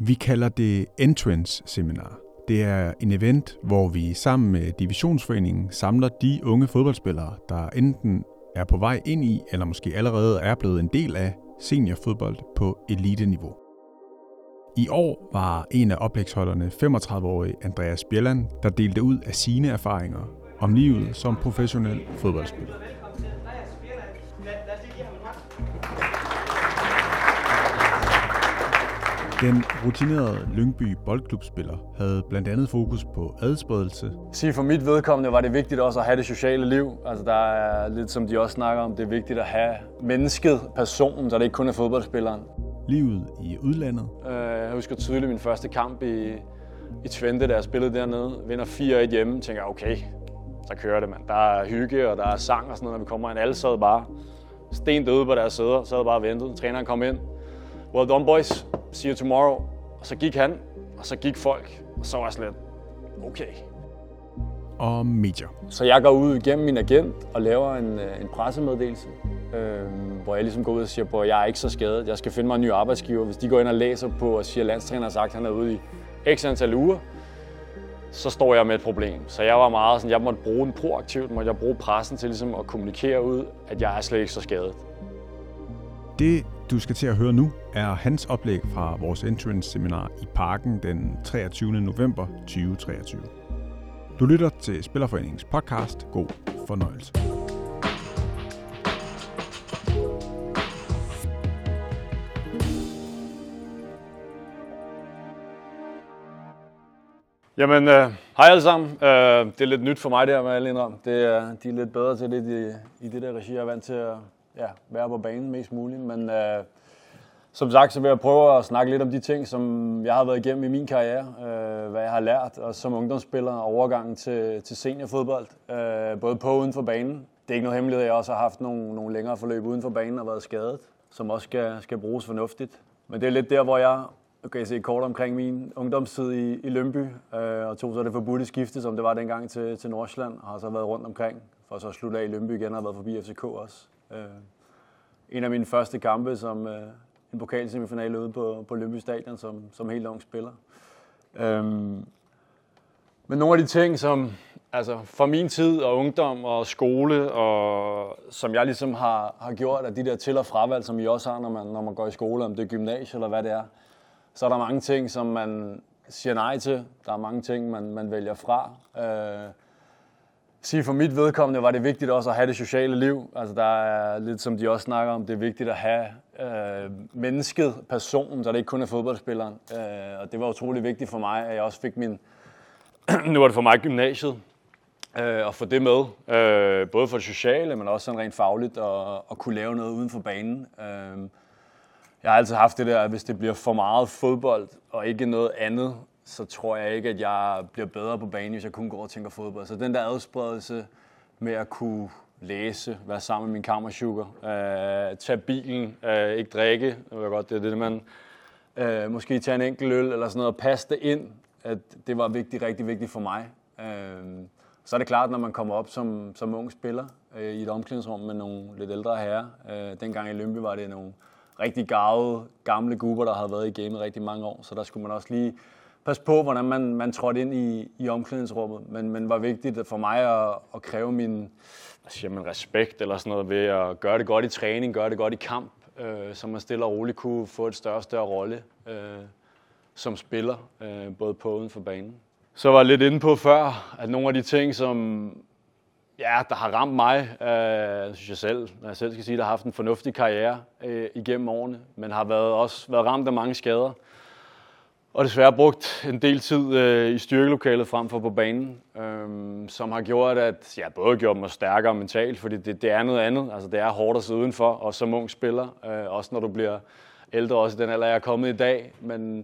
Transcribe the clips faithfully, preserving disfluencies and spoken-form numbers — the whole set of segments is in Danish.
Vi kalder det Entrance Seminar. Det er en event, hvor vi sammen med Divisionsforeningen samler de unge fodboldspillere, der enten er på vej ind i, eller måske allerede er blevet en del af seniorfodbold på eliteniveau. I år var en af oplægsholderne femogtredive-årige Andreas Bjelland, der delte ud af sine erfaringer om livet som professionel fodboldspiller. Den rutinerede Lyngby Boldklubspiller havde blandt andet fokus på adspredelse. Sige for mit vedkommende var det vigtigt også at have det sociale liv. Altså der er lidt som de også snakker om, det er vigtigt at have mennesket, personen, så det ikke kun er fodboldspilleren. Livet i udlandet. Jeg husker tydeligt min første kamp i, i Twente, da jeg spillede dernede. Vinder fire et hjemme, tænker okay, så kører det, mand. Der er hygge, og der er sang og sådan noget, når vi kommer ind. Alle sad bare sten døde på deres sæder, sad bare og ventede. Træneren kom ind. Well done, boys. See you tomorrow. Og så gik han, og så gik folk, og så var jeg slet okay. Og medier. Så jeg går ud igennem min agent og laver en, en pressemeddelelse, øh, hvor jeg ligesom går ud og siger, at jeg er ikke så skadet. Jeg skal finde mig en ny arbejdsgiver. Hvis de går ind og læser på og siger, at landstræneren har sagt, at han er ude i x antal uger, så står jeg med et problem. Så jeg var meget sådan, jeg måtte bruge den proaktivt, måtte jeg bruge pressen til ligesom at kommunikere ud, at jeg er slet ikke så skadet. Det, du skal til at høre nu, er hans oplæg fra vores Entrance-seminar i Parken den treogtyvende november to tusind og treogtyve. Du lytter til Spillerforeningens podcast. God fornøjelse. Jamen, øh, hej alle sammen. Øh, det er lidt nyt for mig det her med alle indrømme. Det er, de er lidt bedre til det i, i det der regi. Jeg er vant til at ja, være på banen mest muligt. Men øh, som sagt, så vil jeg prøve at snakke lidt om de ting, som jeg har været igennem i min karriere. Øh, hvad jeg har lært, og som ungdomsspiller overgangen til, til seniorfodbold. Øh, både på og uden for banen. Det er ikke noget hemmelighed, at jeg også har haft nogle, nogle længere forløb uden for banen og været skadet, som også skal, skal bruges fornuftigt. Men det er lidt der, hvor jeg kan jeg se kort omkring min ungdomstid i, i Lyngby, øh, og tog så det forbudte skifte, som det var dengang til, til Nordsjælland, og har så været rundt omkring, for så at slutte af i Lyngby igen, og har været forbi F C K også. Øh, en af mine første kampe som øh, en pokalsemifinale ude på, på Lyngby Stadion, som, som helt ung spiller. Øh, men nogle af de ting, som altså, for min tid og ungdom og skole, og som jeg ligesom har, har gjort, af de der til- og fravalg, som I også har, når man, når man går i skole, om det er gymnasie eller hvad det er, så er der mange ting, som man siger nej til. Der er mange ting, man, man vælger fra. Øh, sige for mit vedkommende var det vigtigt også at have det sociale liv. Altså der er lidt som de også snakker om, det er vigtigt at have øh, mennesket, personen, så det ikke kun er fodboldspilleren. Øh, og det var utrolig vigtigt for mig, at jeg også fik min, nu var det for mig gymnasiet, øh, at få det med. Øh, både for det sociale, men også sådan rent fagligt, og, og kunne lave noget uden for banen. Øh, Jeg har altid haft det der, at hvis det bliver for meget fodbold og ikke noget andet, så tror jeg ikke, at jeg bliver bedre på banen, hvis jeg kun går og tænker fodbold. Så den der adspredelse med at kunne læse, være sammen med min kammersugar, øh, tage bilen, øh, ikke drikke, det var godt, det er det, man øh, måske tage en enkelt øl eller sådan noget, og passe det ind, at det var vigtigt, rigtig vigtigt for mig. Øh, så er det klart, når man kommer op som, som ung spiller øh, i et omklædningsrum med nogle lidt ældre herrer. Øh, dengang i Lyngby var det nogle rigtig garvede, gamle gubber, der havde været i gamet rigtig mange år, så der skulle man også lige passe på, hvordan man, man trådte ind i, i omklædningsrummet, men, men var vigtigt for mig at, at kræve min hvad siger man, respekt eller sådan noget ved at gøre det godt i træning, gøre det godt i kamp, øh, så man stille og roligt kunne få et større og større rolle øh, som spiller, øh, både på og uden for banen. Så var jeg lidt inde på før, at nogle af de ting, som ja, der har ramt mig, øh, synes jeg selv, når jeg selv skal sige, der har haft en fornuftig karriere øh, igennem årene, men har været, også været ramt af mange skader. Og desværre brugt en del tid øh, i styrkelokalet frem for på banen, øh, som har gjort, at jeg ja, både gjort mig stærkere mentalt, fordi det, det er noget andet. Altså det er hårdt at sidde udenfor, også som ung spiller, øh, også når du bliver ældre, også i den alder, jeg er kommet i dag. Men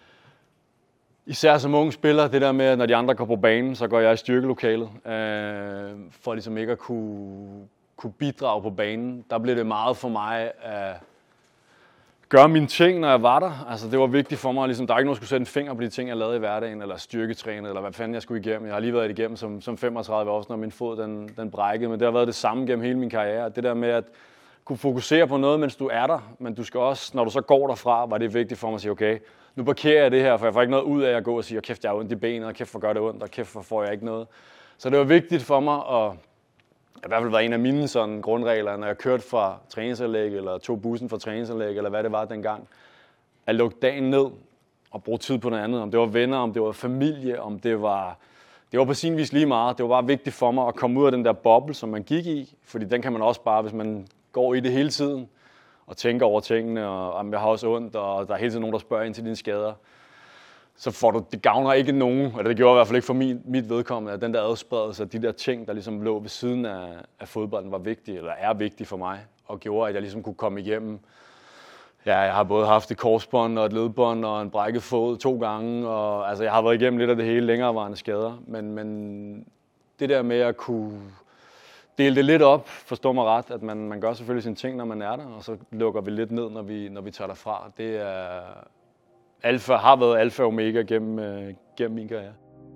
især som unge spiller, det der med, at når de andre går på banen, så går jeg i styrkelokalet, øh, for ligesom ikke at kunne, kunne bidrage på banen. Der blev det meget for mig at gøre mine ting, når jeg var der. Altså, det var vigtigt for mig, ligesom, der er ikke nogen, der skulle sætte en finger på de ting, jeg lavede i hverdagen, eller styrketrænet, eller hvad fanden jeg skulle igennem. Jeg har lige været igennem som, som femogtredive år, når min fod den, den brækkede, men det har været det samme gennem hele min karriere. Det der med, at kunne fokusere på noget, mens du er der, men du skal også, når du så går derfra, var det vigtigt for mig at sige, okay, nu parkerer jeg det her, for jeg får ikke noget ud af at gå og sige, kæft, jeg har ondt i benet, og kæft, hvor gør det ondt, og kæft, hvor får jeg ikke noget. Så det var vigtigt for mig, og i hvert fald var en af mine sådan grundregler, når jeg kørte fra træningsanlæg, eller tog bussen fra træningsanlæg, eller hvad det var dengang, at lukke dagen ned og bruge tid på noget andet. Om det var venner, om det var familie, om det var... Det var på sin vis lige meget. Det var bare vigtigt for mig at komme ud af den der boble, som man gik i, fordi den kan man også bare, hvis man går i det hele tiden, og tænker over tingene, og om jeg har også ondt, og der er hele tiden nogen, der spørger ind til dine skader, så får du, det gavner ikke nogen, og det gjorde i hvert fald ikke for min, mit vedkommende, at den der adspredelse af de der ting, der ligesom lå ved siden af, af fodbolden, var vigtige, eller er vigtige for mig, og gjorde, at jeg ligesom kunne komme igennem. Ja, jeg har både haft et korsbånd og et ledbånd og en brækket fod to gange, og altså jeg har været igennem lidt af det hele længerevarende skader, men, men det der med at kunne dele det lidt op, forstår mig ret, at man, man gør selvfølgelig sine ting, når man er der, og så lukker vi lidt ned, når vi, når vi tager derfra. Det er alfa, har været alfa og omega gennem, øh, gennem min karriere.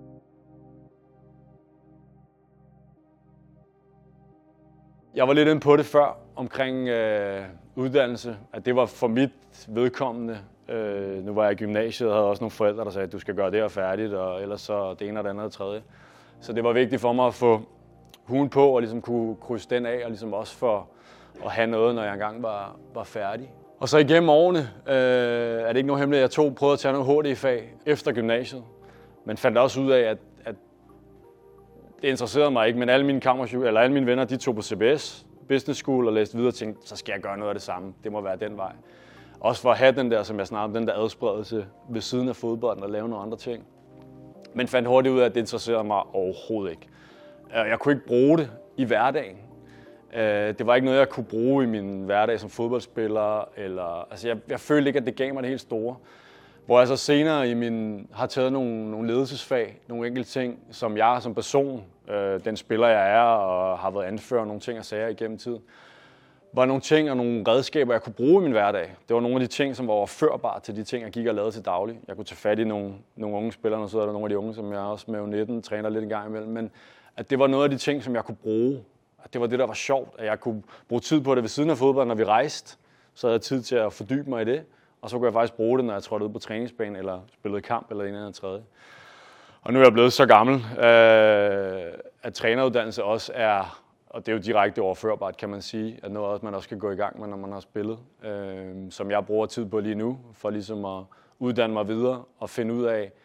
Jeg var lidt inde på det før, omkring øh, uddannelse, at det var for mit vedkommende. Øh, nu var jeg i gymnasiet og havde også nogle forældre, der sagde, at du skal gøre det her færdigt, og ellers så det ene og det andet og det tredje. Så det var vigtigt for mig at få huen på og ligesom kunne krydse den af, og ligesom også for at have noget, når jeg engang var, var færdig. Og så igennem årene øh, er det ikke nogen hemmelighed, at jeg tog prøvede at tage noget H D-fag efter gymnasiet, men fandt også ud af, at, at det interesserede mig ikke, men alle mine kammerchef, eller alle mine venner, de tog på C B S, Business School, og læste videre og tænkte, så skal jeg gøre noget af det samme. Det må være den vej. Også for at have den der, som jeg snakkede om, den der adspredelse ved siden af fodbolden og lave nogle andre ting. Men fandt hurtigt ud af, at det interesserede mig overhovedet ikke. Jeg kunne ikke bruge det i hverdagen. Det var ikke noget, jeg kunne bruge i min hverdag som fodboldspiller. Eller, altså jeg, jeg følte ikke, at det gav mig det helt store. Hvor jeg så senere i min, har taget nogle, nogle ledelsesfag, nogle enkelte ting, som jeg som person, øh, den spiller jeg er, og har været anfører nogle ting og sager igennem tiden, var nogle ting og nogle redskaber, jeg kunne bruge i min hverdag. Det var nogle af de ting, som var overførbare til de ting, jeg gik og lavede til daglig. Jeg kunne tage fat i nogle, nogle unge spillere, og så er der nogle af de unge, som jeg også med U nitten træner lidt en gang imellem. Men at det var noget af de ting, som jeg kunne bruge. At det var det, der var sjovt, at jeg kunne bruge tid på det ved siden af fodbold, når vi rejste. Så havde jeg tid til at fordybe mig i det. Og så kunne jeg faktisk bruge det, når jeg trådte ud på træningsbanen, eller spillede kamp, eller en eller anden tredje. Og nu er jeg blevet så gammel, øh, at træneruddannelse også er, og det er jo direkte overførbart, kan man sige, at noget, man også kan gå i gang med, når man har spillet, øh, som jeg bruger tid på lige nu, for ligesom at uddanne mig videre og finde ud af,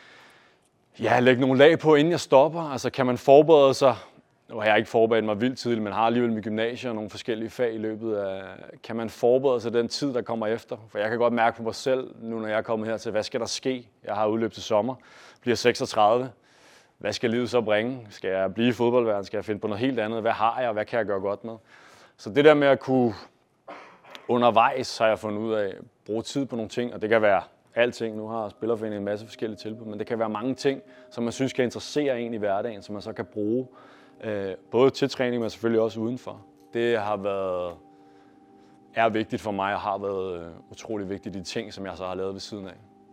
ja, lægge nogle lag på, inden jeg stopper. Altså, kan man forberede sig? Nu har jeg ikke forberedt mig vildt tidligt, men har alligevel mit gymnasie og nogle forskellige fag i løbet af... Kan man forberede sig den tid, der kommer efter? For jeg kan godt mærke på mig selv, nu når jeg er kommet her til, hvad skal der ske? Jeg har udløb til sommer, bliver seksogtredive. Hvad skal livet så bringe? Skal jeg blive i fodboldverden? Skal jeg finde på noget helt andet? Hvad har jeg, og hvad kan jeg gøre godt med? Så det der med at kunne undervejs, har jeg fundet ud af, bruge tid på nogle ting, og det kan være alting. Nu har Spillerforeningen en masse forskellige tilbud, men det kan være mange ting, som man synes kan interessere en i hverdagen, som man så kan bruge. Øh, både til træning, men selvfølgelig også udenfor. Det har været, er vigtigt for mig, og har været øh, utrolig vigtigt de ting, som jeg så har lavet ved siden af.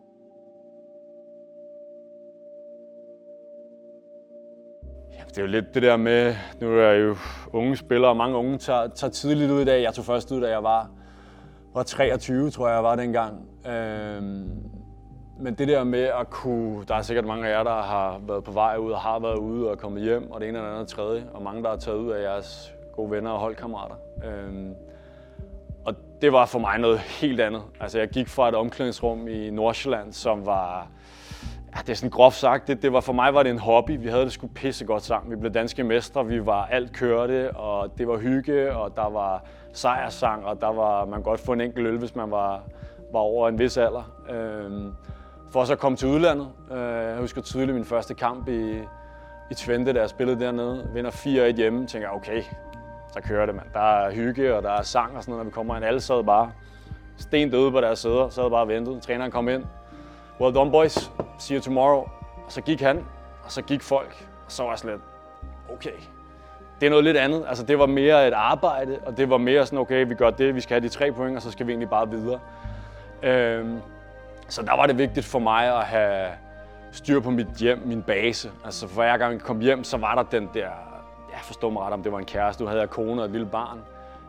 Ja, det er jo lidt det der med, nu er jeg jo unge spillere, og mange unge tager, tager tidligt ud i dag. Jeg tog først ud, da jeg var, var treogtyve, tror jeg, jeg var dengang. Øh, Men det der med at kunne, der er sikkert mange af jer, der har været på vej ud og har været ude og kommet hjem, og det ene eller andet tredje, og mange, der har taget ud af jeres gode venner og holdkammerater. Øhm, og det var for mig noget helt andet. Altså jeg gik fra et omklædningsrum i Nordsjælland, som var, ja, det er sådan groft sagt, det, det var for mig var det en hobby. Vi havde det sgu pisse godt sammen. Vi blev danske mestre, vi var alt kørte, og det var hygge, og der var sejrssang, og der var, man godt få en enkelt øl, hvis man var, var over en vis alder. Øhm, For så at komme til udlandet. Jeg husker tydeligt min første kamp i, i Twente, da jeg spillede dernede. Vinder fire et hjemme. Tænker jeg, okay, så kører det, mand. Der er hygge, og der er sang og sådan noget, når vi kommer ind. Alle sad bare sten døde på deres sæder, sad bare og ventede. Træneren kom ind. Well done, boys. See you tomorrow. Og så gik han, og så gik folk. Og så var jeg sådan lidt, okay. Det er noget lidt andet. Altså, det var mere et arbejde, og det var mere sådan, okay, vi gør det, vi skal have de tre point, og så skal vi egentlig bare videre. Øhm, Så der var det vigtigt for mig at have styr på mit hjem, min base. Altså for hver gang jeg kom hjem, så var der den der, jeg forstår mig ret, om det var en kæreste, nu havde jeg kone og et lille barn.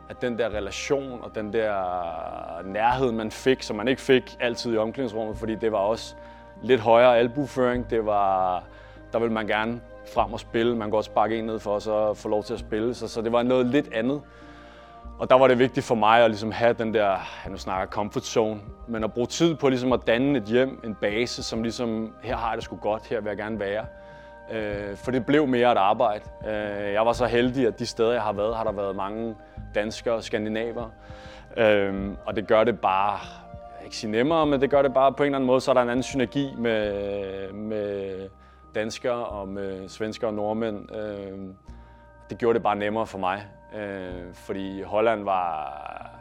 at den der relation og den der nærhed, man fik, som man ikke fik altid i omklædningsrummet, fordi det var også lidt højere albueføring. Det var, der ville man gerne frem og spille. Man kunne også sparke en ned for os og få lov til at spille. Så, så det var noget lidt andet. Og der var det vigtigt for mig at ligesom have den der, jeg nu snakker comfort zone, men at bruge tid på ligesom at danne et hjem, en base, som ligesom, her har jeg det sgu godt, her vil jeg gerne være. Øh, for det blev mere et arbejde. Øh, jeg var så heldig, at de steder, jeg har været, har der været mange danskere og skandinaver. Øh, og det gør det bare, ikke sige nemmere, men det gør det bare på en eller anden måde, så er der en anden synergi med, med danskere og med svenskere og nordmænd. Øh, det gjorde det bare nemmere for mig. Øh, fordi Holland var,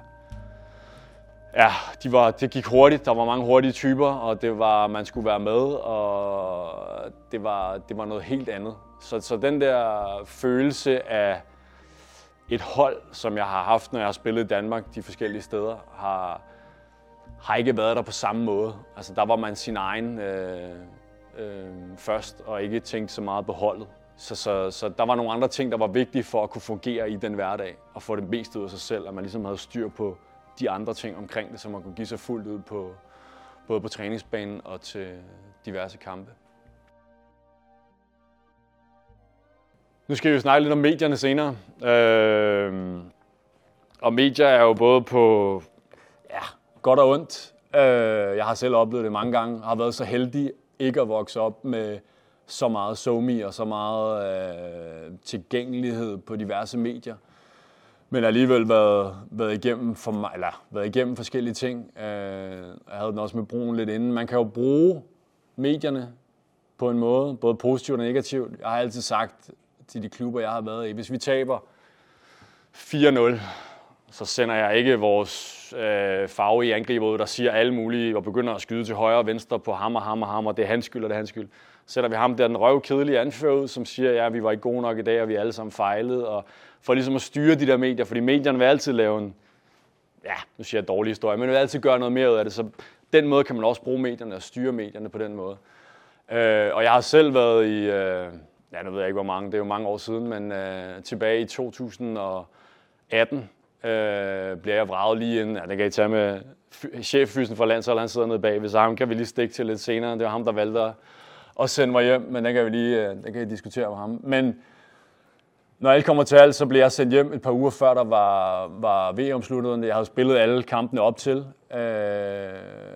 ja, de var, det gik hurtigt, der var mange hurtige typer, og det var, man skulle være med, og det var, det var noget helt andet. Så, så den der følelse af et hold, som jeg har haft, når jeg har spillet i Danmark de forskellige steder, har, har ikke været der på samme måde. Altså der var man sin egen øh, øh, først, og ikke tænkt så meget på holdet. Så, så, så der var nogle andre ting, der var vigtige for at kunne fungere i den hverdag og få det mest ud af sig selv, at man ligesom havde styr på de andre ting omkring det, så man kunne give sig fuldt ud på både på træningsbanen og til diverse kampe. Nu skal vi jo snakke lidt om medierne senere. Øh, og medier er jo både på ja, godt og ondt. Øh, jeg har selv oplevet det mange gange. Jeg har været så heldig ikke at vokse op med så meget SoMe og så meget øh, tilgængelighed på diverse medier. Men alligevel været, været, igennem for mig, eller været igennem forskellige ting. Øh, jeg havde den også med brugen lidt inden. Man kan jo bruge medierne på en måde, både positivt og negativt. Jeg har altid sagt til de klubber, jeg har været i, hvis vi taber fire nul, så sender jeg ikke vores øh, farve i angriber ud, der siger alle mulige, og begynder at skyde til højre og venstre på ham og ham og ham, og det er hans skyld, og det er hans skyld. Så sætter vi ham der, den røvkedelige anfører ud, som siger, ja, vi var ikke gode nok i dag, og vi alle sammen fejlede, og for ligesom at styre de der medier, fordi medierne vil altid lave en, ja, nu siger jeg dårlig historie, men vil altid gøre noget mere ud af det, så den måde kan man også bruge medierne og styre medierne på den måde. Øh, og jeg har selv været i, øh, ja, nu ved jeg ikke hvor mange, det er jo mange år siden, men øh, tilbage i to tusind og atten, Øh, bliver jeg vraget lige inden. Ja, det kan I tage med cheffysen for landsholdet, han sidder nede bagved, så ham kan vi lige stikke til lidt senere. Det var ham, der valgte at, at sende mig hjem, men den kan vi lige den kan I diskutere med ham. Men når alt kommer til alt, så blev jeg sendt hjem et par uger før, der var, var V M-slutningen. Jeg havde spillet alle kampene op til, øh,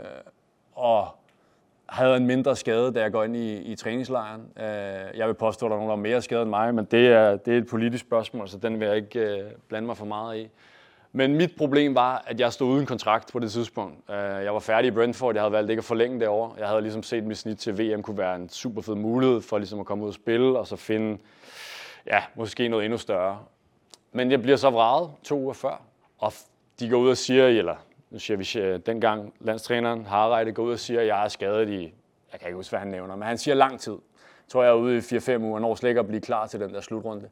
og havde en mindre skade, da jeg går ind i, i træningslejren. Øh, jeg vil påstå, at der er nogen, der er mere skadet end mig, men det er, det er et politisk spørgsmål, så den vil jeg ikke øh, blande mig for meget i. Men mit problem var, at jeg stod uden kontrakt på det tidspunkt. Øh, jeg var færdig i Brentford, jeg havde valgt ikke at forlænge det år. Jeg havde ligesom set, at mit snit til V M kunne være en super fed mulighed for ligesom at komme ud og spille, og så finde ja, måske noget endnu større. Men jeg bliver så vraget to uger før, og de går ud og siger, eller nu siger vi, dengang landstræneren Harreide går ud og siger, at jeg er skadet i, jeg kan ikke huske, hvad han nævner, men han siger lang tid. Jeg tror, jeg er ude i fire fem uger, når slet ikke at blive klar til den der slutrunde.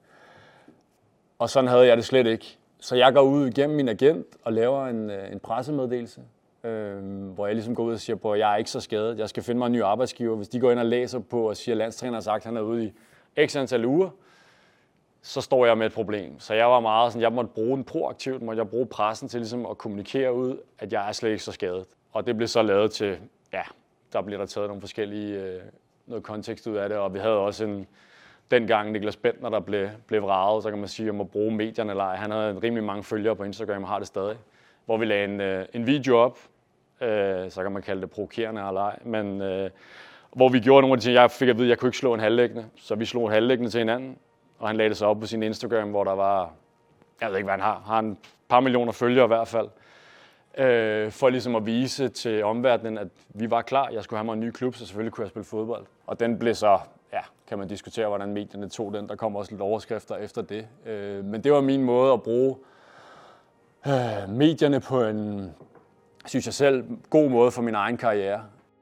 Og sådan havde jeg det slet ikke. Så jeg går ud igennem min agent og laver en, en pressemeddelelse, øh, hvor jeg ligesom går ud og siger på, at jeg er ikke så skadet. Jeg skal finde mig en ny arbejdsgiver. Hvis de går ind og læser på og siger, at landstræneren har sagt, at han er ude i x antal uger, så står jeg med et problem. Så jeg var meget sådan, jeg måtte bruge den proaktivt, måtte jeg bruge pressen til ligesom at kommunikere ud, at jeg er slet ikke så skadet. Og det blev så lavet til, ja, der blev der taget nogle forskellige, øh, noget kontekst ud af det, og vi havde også en, dengang Niklas Bentner, der blev, blev vraget, så kan man sige, at jeg må bruge medierne eller ej. Han havde rimelig mange følgere på Instagram og har det stadig, hvor vi lagde en, øh, en video op, øh, så kan man kalde det provokerende eller ej, men øh, hvor vi gjorde nogle af de ting, jeg fik at vide, at jeg kunne ikke slå en halvlæggende, så vi slog en halvlæggende til hinanden. Og han lagde det så op på sin Instagram, hvor der var, jeg ved ikke, hvad han har, har en par millioner følgere i hvert fald, øh, for ligesom at vise til omverdenen, at vi var klar, jeg skulle have mig en ny klub, så selvfølgelig kunne jeg spille fodbold. Og den blev så, ja, kan man diskutere, hvordan medierne tog den, der kom også lidt overskrifter efter det. Øh, men det var min måde at bruge øh, medierne på en, synes jeg selv, god måde for min egen karriere.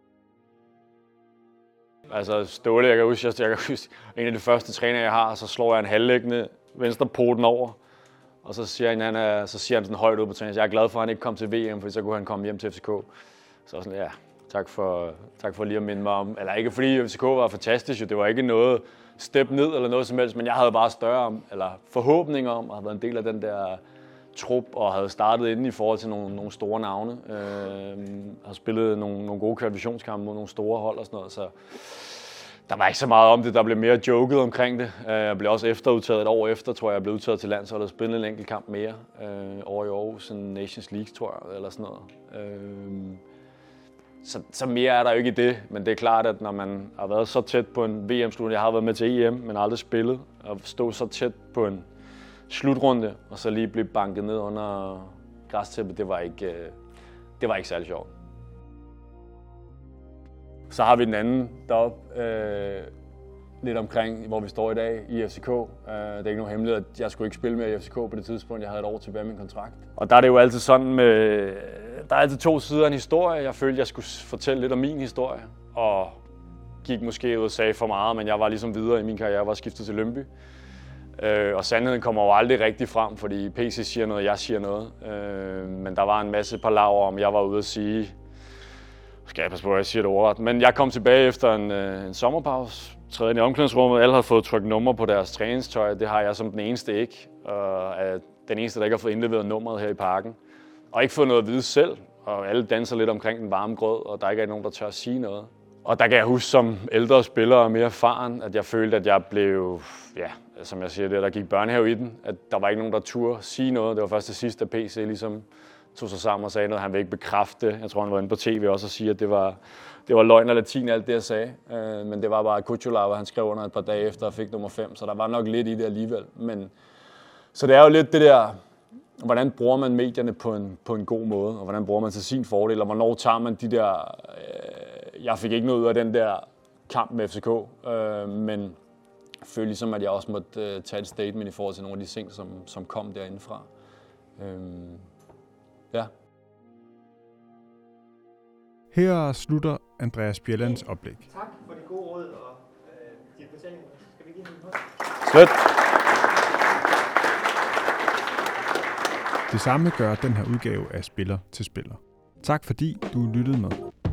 Altså Ståle, jeg kan huske, jeg kan huske en af de første træninger, jeg har, så slår jeg en halvlæggende venstre poten over. Og så siger han, han er, så siger han sådan højt ud på træningen, jeg er glad for, at han ikke kom til V M, for så kunne han komme hjem til F C K. Så sådan, ja, tak for, tak for lige at minde mig om, eller ikke fordi F C K var fantastisk, jo, det var ikke noget step ned eller noget som helst, men jeg havde bare større, eller forhåbninger om, at have været en del af den der trup og havde startet inden i forhold til nogle, nogle store navne. Øh, har spillet nogle, nogle gode kvalifikationskampe mod nogle store hold og sådan noget, så der var ikke så meget om det. Der blev mere joket omkring det. Jeg blev også efterudtaget et år efter, tror jeg. Jeg blev udtaget til landsholdet og spillede en enkelt kamp mere øh, over i Aarhus, en Nations League, tror jeg, eller sådan noget. Øh, så, så mere er der jo ikke i det, men det er klart, at når man har været så tæt på en V M-slutning, jeg har været med til E M, men aldrig spillet, og stå så tæt på en slutrunde, og så lige blive banket ned under græstæppet, det var ikke, øh, det var ikke særlig sjovt. Så har vi den anden deroppe, øh, lidt omkring, hvor vi står i dag i F C K. Uh, det er ikke nogen hemmelighed, at jeg skulle ikke spille mere i F C K på det tidspunkt. Jeg havde et år tilbage af min kontrakt. Og der er det jo altid sådan med, der er altid to sider af en historie. Jeg følte, jeg skulle fortælle lidt om min historie, og gik måske ud og sagde for meget, men jeg var ligesom videre i min karriere. Jeg var skiftet til Lyngby. Uh, og sandheden kommer jo aldrig rigtig frem, fordi P C siger noget, jeg siger noget. Uh, men der var en masse palaver om, jeg var ude at sige, skal jeg passe på, at jeg siger det ordret. Men jeg kom tilbage efter en, øh, en sommerpause, træde ind i omklædningsrummet. Alle havde fået trykt nummer på deres træningstøj. Det har jeg som den eneste ikke. Og er den eneste, der ikke har fået indleveret nummeret her i parken. Og ikke fået noget at vide selv. Og alle danser lidt omkring den varme grød, og der ikke er nogen, der tør at sige noget. Og der kan jeg huske som ældre spiller og mere erfaren, at jeg følte, at jeg blev, ja, som jeg siger det, der gik børnehave i den. At der var ikke nogen, der turde sige noget. Det var først til sidst, at P C ligesom tog sig sammen og sagde noget, han vil ikke bekræfte. Jeg tror, han var inde på tv også og sige, at det var, det var løgn og latin, alt det, jeg sagde. Øh, men det var bare Kuchulava, han skrev under et par dage efter og fik nummer fem, så der var nok lidt i det alligevel. Men, så det er jo lidt det der, hvordan bruger man medierne på en, på en god måde, og hvordan bruger man til sin fordel, og hvornår tager man de der... Øh, jeg fik ikke noget ud af den der kamp med F C K, øh, men følte ligesom, at jeg også måtte øh, tage et statement i forhold til nogle af de ting, som, som kom derindefra. Øh, Ja. Her slutter Andreas Bjellands oplæg. Tak for de gode råd og øh, de fortællinger. Skal vi give en hånd? Slut. Det samme gør den her udgave af Spiller til Spiller. Tak fordi du lyttede med.